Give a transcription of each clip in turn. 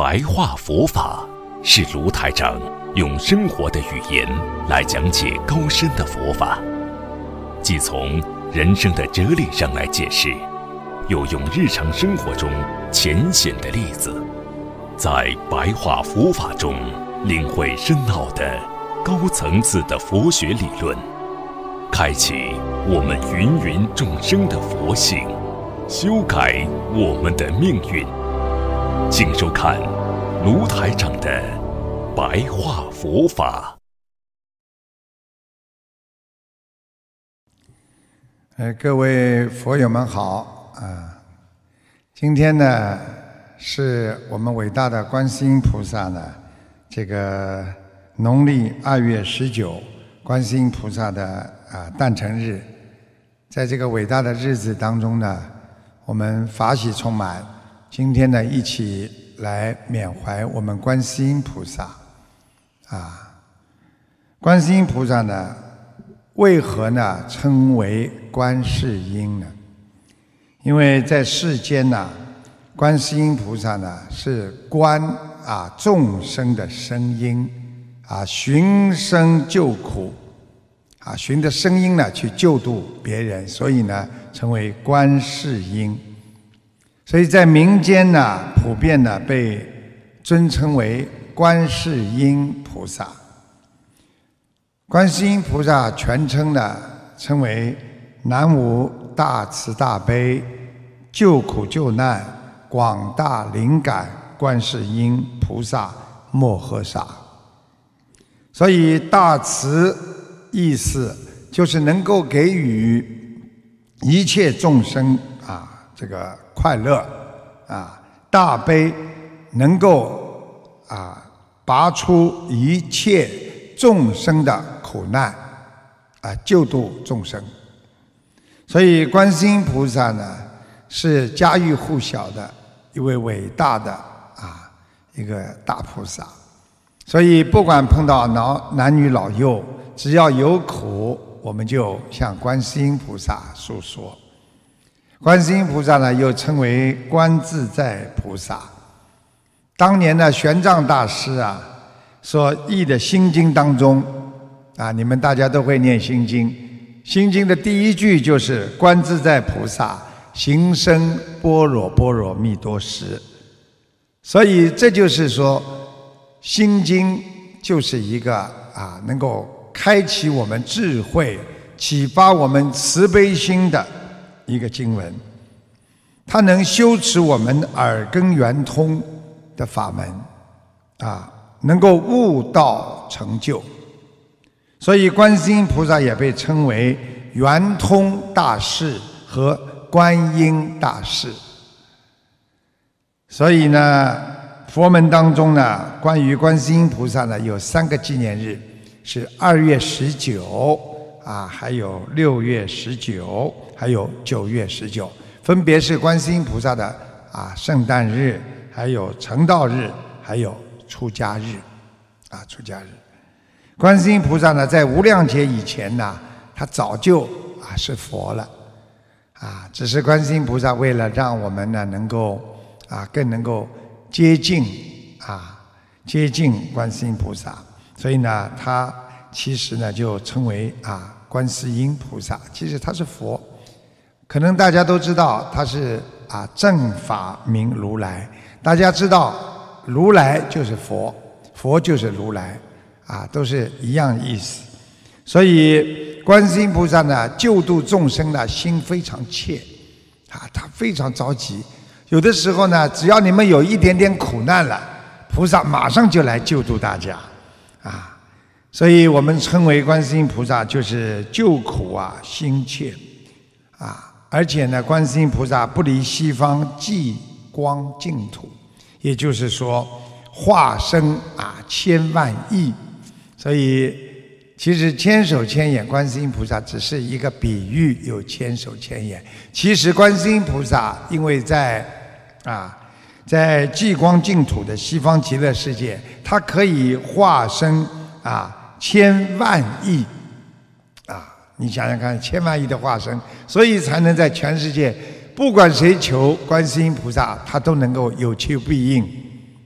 白话佛法是卢台长用生活的语言来讲解高深的佛法，既从人生的哲理上来解释，又用日常生活中浅显的例子，在白话佛法中领会深奥的高层次的佛学理论，开启我们芸芸众生的佛性，修改我们的命运。请收看卢台长的白话佛法。 各位佛友们好今天呢是我们伟大的观世音菩萨呢这个农历2月19观世音菩萨的诞辰日。在这个伟大的日子当中呢，我们法喜充满，今天呢一起来缅怀我们观世音菩萨观世音菩萨呢为何呢称为观世音呢？因为在世间呢，观世音菩萨呢是观众生的声音寻声救苦寻着声音呢去救度别人，所以呢称为观世音。所以在民间呢普遍呢被尊称为观世音菩萨。观世音菩萨全称呢称为南无大慈大悲救苦救难广大灵感观世音菩萨摩诃萨。所以大慈意思就是能够给予一切众生这个快乐大悲能够拔出一切众生的苦难救度众生。所以观世音菩萨呢是家喻户晓的一位伟大的一个大菩萨。所以不管碰到男女老幼，只要有苦，我们就向观世音菩萨诉说。观世音菩萨呢又称为观自在菩萨。当年的玄奘大师所译的心经当中你们大家都会念心经，心经的第一句就是观自在菩萨行深般若波罗蜜多时。所以这就是说心经就是一个能够开启我们智慧启发我们慈悲心的一个经文，它能修持我们耳根圆通的法门能够悟道成就。所以观世音菩萨也被称为圆通大士和观音大士。所以呢佛门当中呢关于观世音菩萨呢有3个纪念日，是2月19还有6月19，还有9月19，分别是观世音菩萨的圣诞日，还有成道日，还有出家日出家日。观世音菩萨呢在无量劫以前呢他早就是佛了只是观世音菩萨为了让我们呢能够更能够接近观世音菩萨，所以呢他其实呢就称为观世音菩萨。其实他是佛，可能大家都知道他是正法明如来。大家知道如来就是佛，佛就是如来都是一样意思。所以观世音菩萨呢救度众生的心非常切他非常着急。有的时候呢只要你们有一点点苦难了，菩萨马上就来救度大家所以我们称为观世音菩萨就是救苦心切而且呢观世音菩萨不离西方极光净土，也就是说化身千万亿。所以其实千手千眼观世音菩萨只是一个比喻，有千手千眼。其实观世音菩萨因为在极光净土的西方极乐世界，它可以化身千万亿你想想看，千万亿的化身，所以才能在全世界不管谁求观世音菩萨，他都能够有求必应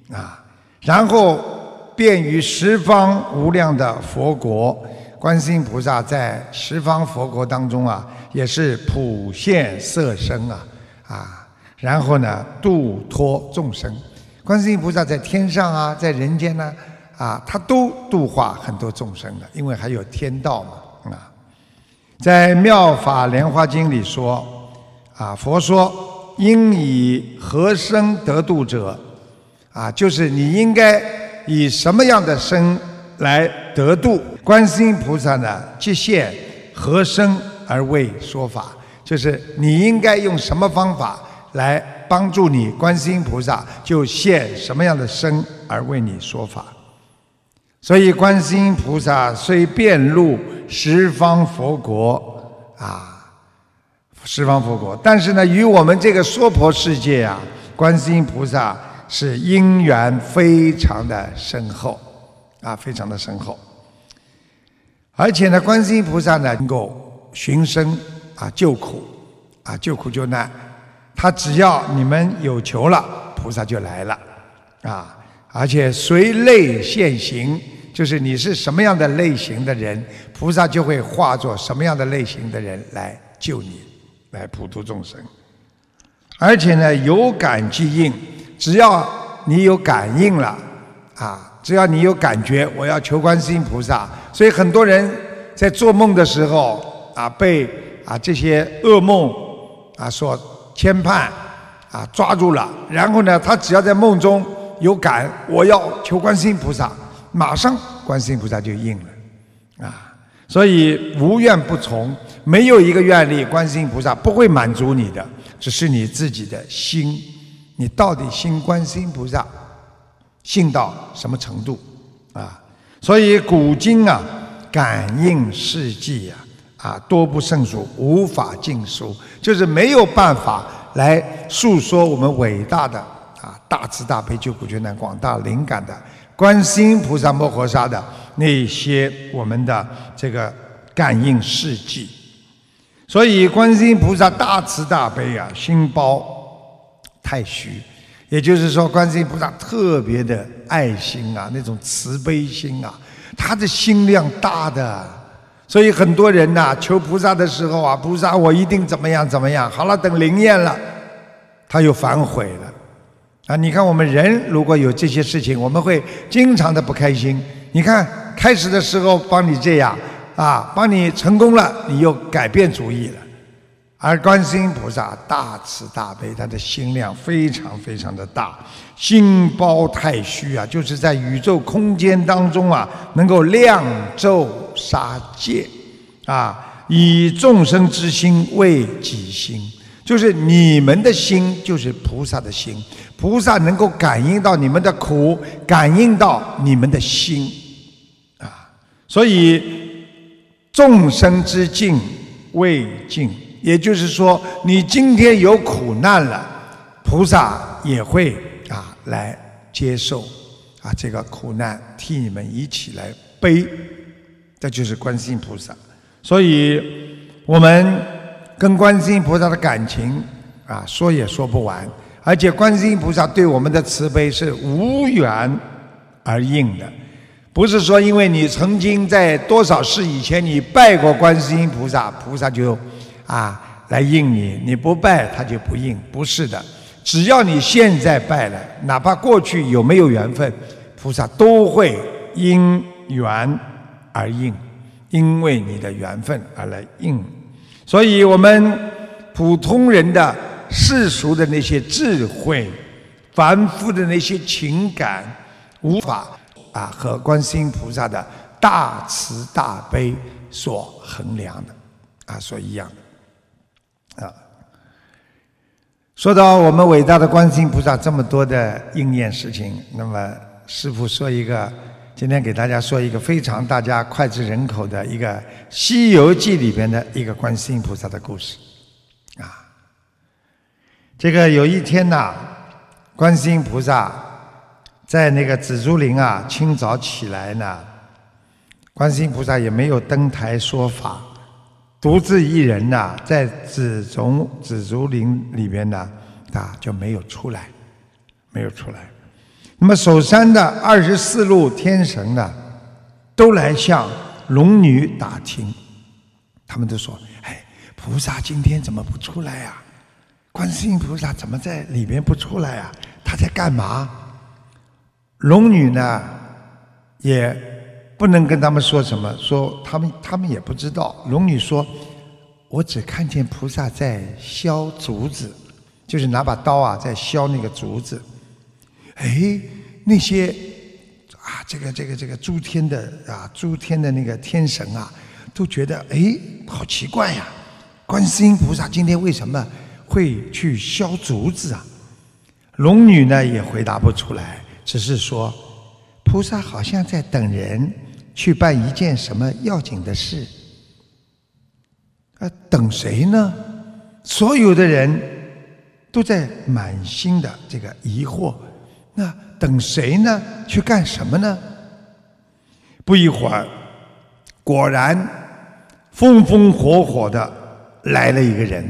然后遍于十方无量的佛国。观世音菩萨在十方佛国当中也是普现色身然后呢度脱众生。观世音菩萨在天上在人间呢他都度化很多众生的，因为还有天道嘛在《妙法莲华经》里说佛说应以何身得度者就是你应该以什么样的身来得度。观世音菩萨呢即现何身而为说法，就是你应该用什么方法来帮助你，观世音菩萨就现什么样的身而为你说法。所以观世音菩萨虽遍入十方佛国十方佛国，但是呢与我们这个娑婆世界观世音菩萨是因缘非常的深厚非常的深厚。而且呢观世音菩萨呢能够寻声救苦救苦救难，他只要你们有求了，菩萨就来了而且随类现形，就是你是什么样的类型的人，菩萨就会化作什么样的类型的人来救你，来普度众生。而且呢有感即应，只要你有感应了只要你有感觉我要求观世音菩萨。所以很多人在做梦的时候被这些噩梦所牵绊抓住了，然后呢他只要在梦中有感我要求观世音菩萨，马上观世音菩萨就应了所以无愿不从，没有一个愿力观世音菩萨不会满足你的，只是你自己的心，你到底信观世音菩萨信到什么程度所以古今感应事迹多不胜数，无法尽数，就是没有办法来诉说我们伟大的大慈大悲救苦救难广大灵感的观世音菩萨摩诃萨的那些我们的这个感应事迹。所以观世音菩萨大慈大悲心包太虚，也就是说观世音菩萨特别的爱心那种慈悲心他的心量大的。所以很多人求菩萨的时候菩萨我一定怎么样怎么样，好了等灵验了他又反悔了你看我们人如果有这些事情，我们会经常的不开心。你看开始的时候帮你这样帮你成功了，你又改变主意了。而观世音菩萨大慈大悲，他的心量非常非常的大，心包太虚就是在宇宙空间当中能够量昼杀戒以众生之心为己心，就是你们的心就是菩萨的心，菩萨能够感应到你们的苦，感应到你们的心所以众生之境为境，也就是说你今天有苦难了，菩萨也会来接受这个苦难，替你们一起来背，这就是观世音菩萨。所以我们跟观世音菩萨的感情说也说不完，而且观世音菩萨对我们的慈悲是无缘而应的，不是说因为你曾经在多少世以前你拜过观世音菩萨，菩萨就来应你，你不拜他就不应，不是的。只要你现在拜了，哪怕过去有没有缘分，菩萨都会因缘而应，因为你的缘分而来应。所以我们普通人的世俗的那些智慧，凡夫的那些情感，无法和观世音菩萨的大慈大悲所衡量的所一样的说到我们伟大的观世音菩萨这么多的应验事情，那么师父今天给大家说一个非常大家脍炙人口的一个《西游记》里边的一个观世音菩萨的故事这个有一天观世音菩萨在那个紫竹林清早起来呢，观世音菩萨也没有登台说法，独自一人在紫竹林里边就没有出来。 那么守山的24路天神呢，都来向龙女打听，他们都说：“哎，菩萨今天怎么不出来呀？观世音菩萨怎么在里边不出来呀？他在干嘛？”龙女呢，也不能跟他们说什么，说他们也不知道。龙女说：“我只看见菩萨在削竹子，就是拿把刀啊在削那个竹子。”哎，那些啊，这个诸天的那个天神啊，都觉得哎，好奇怪呀！观世音菩萨今天为什么会去削竹子啊？龙女呢也回答不出来，只是说菩萨好像在等人去办一件什么要紧的事。等谁呢？所有的人都在满心的这个疑惑。那等谁呢？去干什么呢？不一会儿，果然风风火火的来了一个人，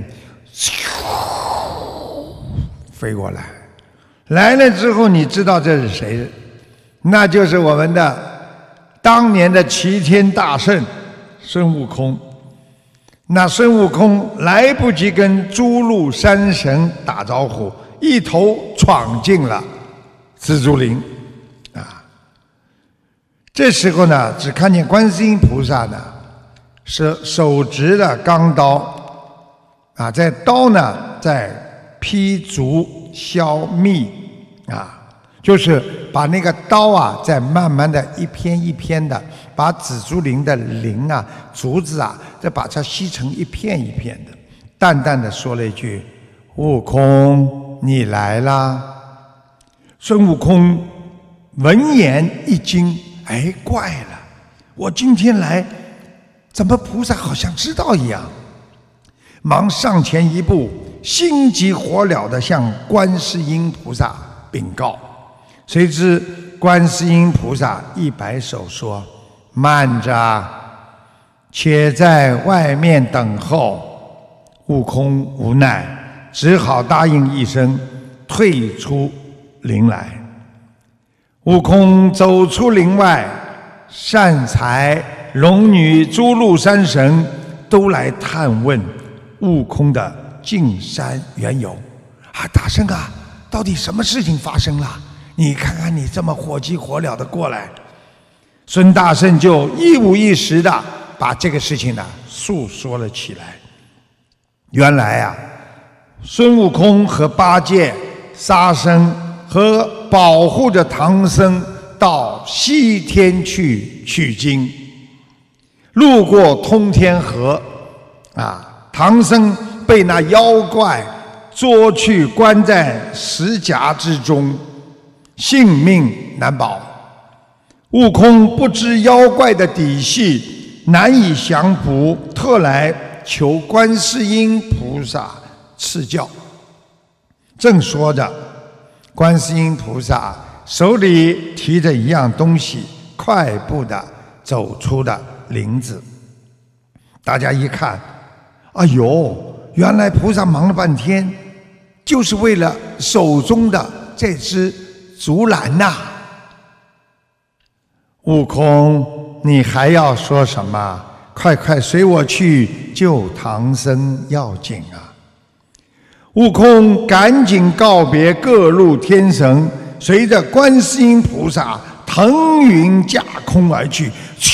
飞过来。来了之后，你知道这是谁？那就是我们的当年的齐天大圣孙悟空。那孙悟空来不及跟诸路山神打招呼，一头闯进了蜘蛛林啊！这时候呢，只看见观世音菩萨呢是手执的钢刀啊，在刀呢在劈竹削蜜啊，就是把那个刀啊在慢慢的一片一片的把紫竹林的林啊竹子啊再把它劈成一片一片的，淡淡的说了一句：“悟空，你来啦。”孙悟空闻言一惊，哎，怪了，我今天来，怎么菩萨好像知道一样？忙上前一步，心急火燎地向观世音菩萨禀告。谁知观世音菩萨一摆手说：“慢着，且在外面等候。”悟空无奈，只好答应一声，退出林来。悟空走出林外，善财、龙女、诸路山神都来探问悟空的进山缘由。啊，大圣啊，到底什么事情发生了？你看看你这么火急火燎的过来。孙大圣就一五一十的把这个事情呢诉说了起来。原来啊，孙悟空和八戒、沙僧和保护着唐僧到西天去取经，路过通天河啊，唐僧被那妖怪捉去关在石夹之中，性命难保。悟空不知妖怪的底细，难以降服，特来求观世音菩萨赐教。正说着，观世音菩萨手里提着一样东西，快步地走出了林子。大家一看，哎呦，原来菩萨忙了半天，就是为了手中的这只竹篮呐！悟空，你还要说什么？快快随我去救唐僧要紧啊！悟空赶紧告别各路天神，随着观世音菩萨腾云驾空而去。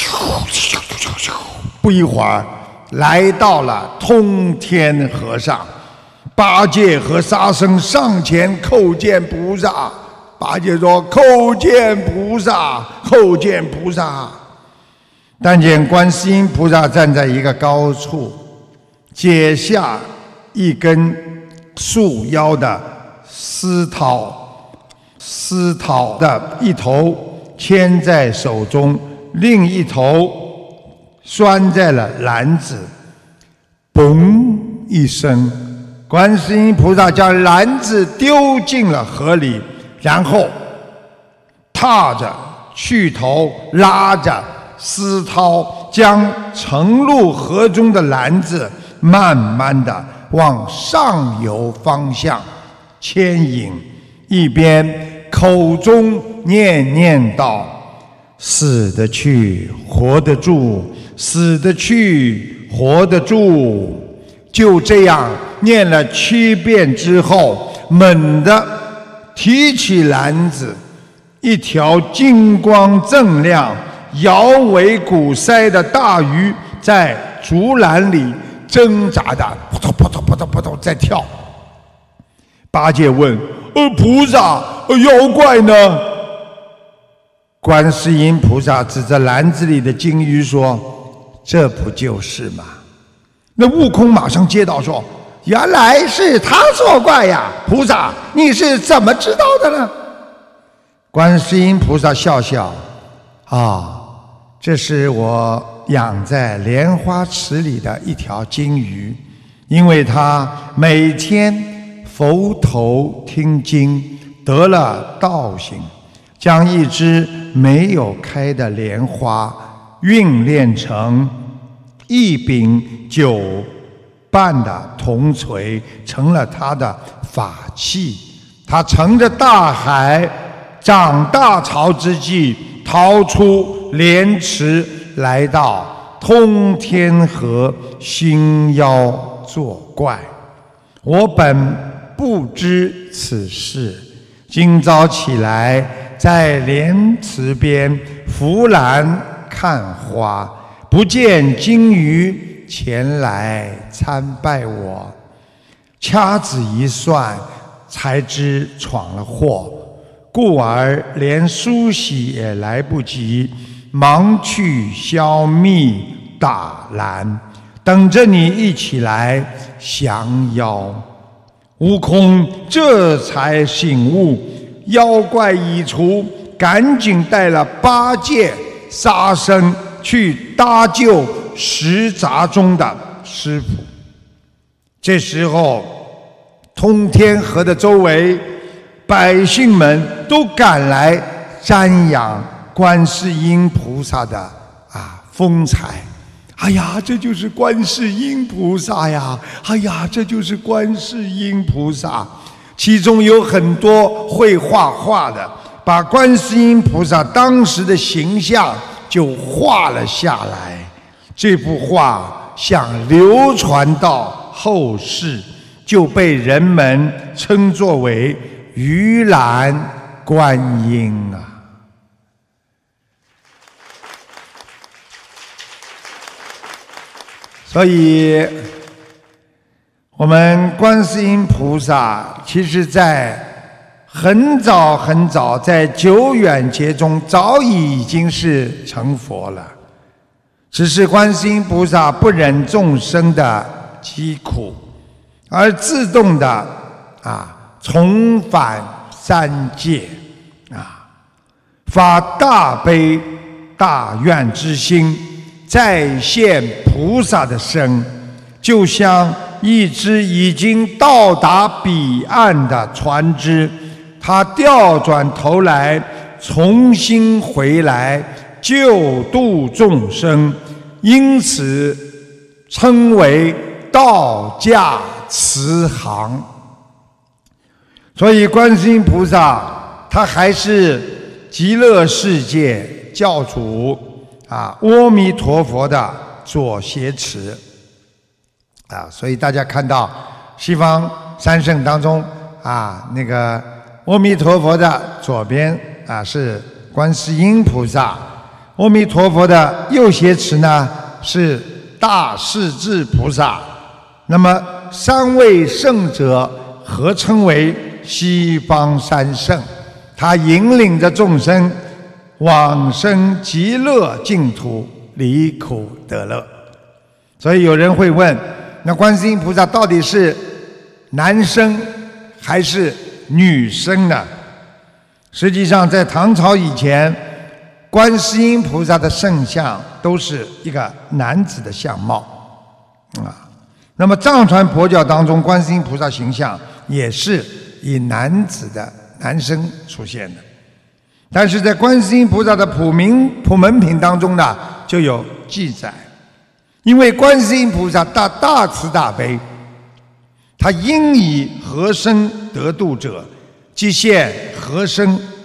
不一会儿，来到了通天河上。八戒和沙僧上前叩见菩萨。八戒说：“叩见菩萨，叩见菩萨。”但见观世音菩萨站在一个高处，解下一根束腰的丝绦，丝绦的一头牵在手中，另一头拴在了篮子。嘣一声，观世音菩萨将篮子丢进了河里，然后踏着去头，拉着丝绦，将沉入河中的篮子慢慢地往上游方向牵引，一边叩口中念念道：死得去，活得住，死得去，活得住。就这样念了7遍之后，猛地提起篮子，一条金光锃亮、摇尾鼓腮的大鱼在竹篮里挣扎的扑通扑通扑通扑通在跳。八戒问：菩萨，妖怪呢？观世音菩萨指着篮子里的金鱼说：这不就是吗？那悟空马上接到说：原来是他作怪呀！菩萨，你是怎么知道的呢？观世音菩萨笑笑：这是我养在莲花池里的一条金鱼，因为它每天伏头听经，得了道行，将一枝没有开的莲花运炼成1柄9瓣的铜锤，成了他的法器。他乘着大海，涨大潮之际，逃出莲池，来到通天河兴妖作怪。我本不知此事，今早起来，在莲池边扶篮看花，不见金鱼前来参拜我，掐指一算，才知闯了祸，故而连梳洗也来不及，忙去消灭打篮，等着你一起来降妖。悟空这才醒悟，妖怪已除，赶紧带了八戒、沙僧去搭救石闸中的师傅。这时候，通天河的周围百姓们都赶来瞻仰观世音菩萨的风采。哎呀，这就是观世音菩萨呀！哎呀，这就是观世音菩萨。其中有很多会画画的，把观世音菩萨当时的形象就画了下来。这幅画想流传到后世，就被人们称作为鱼篮观音啊。所以我们观世音菩萨其实在很早很早，在久远劫中早已经是成佛了，只是观世音菩萨不忍众生的疾苦，而自动的重返三界发大悲大愿之心，再现菩萨的身，就像一只已经到达彼岸的船只，它调转头来，重新回来救度众生，因此称为道驾慈航。所以观世音菩萨他还是极乐世界教主阿弥陀佛的左胁持所以大家看到西方三圣当中那个阿弥陀佛的左边是观世音菩萨，阿弥陀佛的右胁持呢是大势至菩萨。那么三位圣者合称为西方三圣，他引领着众生往生极乐净土，离苦得乐。所以有人会问，那观世音菩萨到底是男生还是女生呢？实际上在唐朝以前，观世音菩萨的圣像都是一个男子的相貌那么藏传佛教当中，观世音菩萨形象也是以男子的男生出现的。但是在观世音菩萨的普门品当中呢，就有记载，因为观世音菩萨大慈大悲，他应以和身得度者，即现和身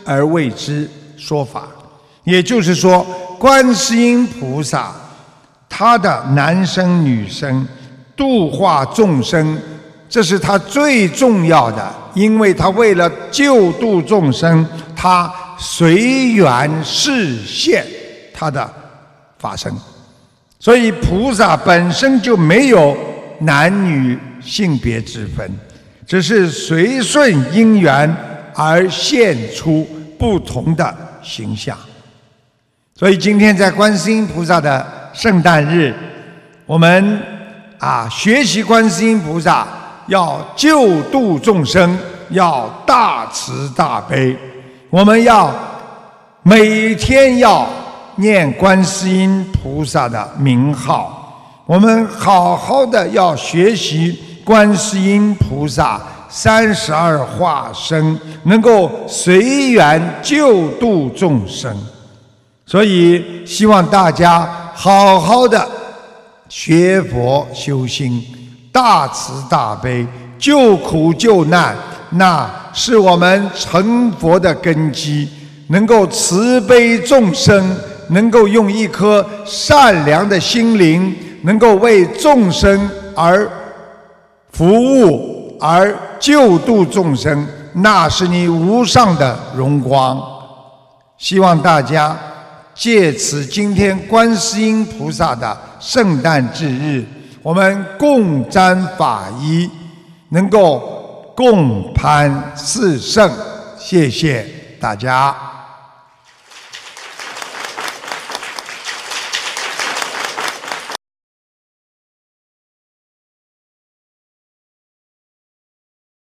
而为之说法。也就是说，观世音菩萨他的男生女生度化众生，这是他最重要的，因为他为了救度众生，他随缘示现他的法身。所以菩萨本身就没有男女性别之分，只是随顺因缘而现出不同的形象。所以今天在观世音菩萨的圣诞日，我们学习观世音菩萨，要救度众生，要大慈大悲。我们要每天要念观世音菩萨的名号，我们好好的要学习观世音菩萨32化身，能够随缘救度众生。所以希望大家好好的学佛修心，大慈大悲，救苦救难，那是我们成佛的根基。能够慈悲众生，能够用一颗善良的心灵，能够为众生而服务，而救度众生，那是你无上的荣光。希望大家借此今天观世音菩萨的圣诞之日，我们共沾法衣，能够共攀四圣。谢谢大家。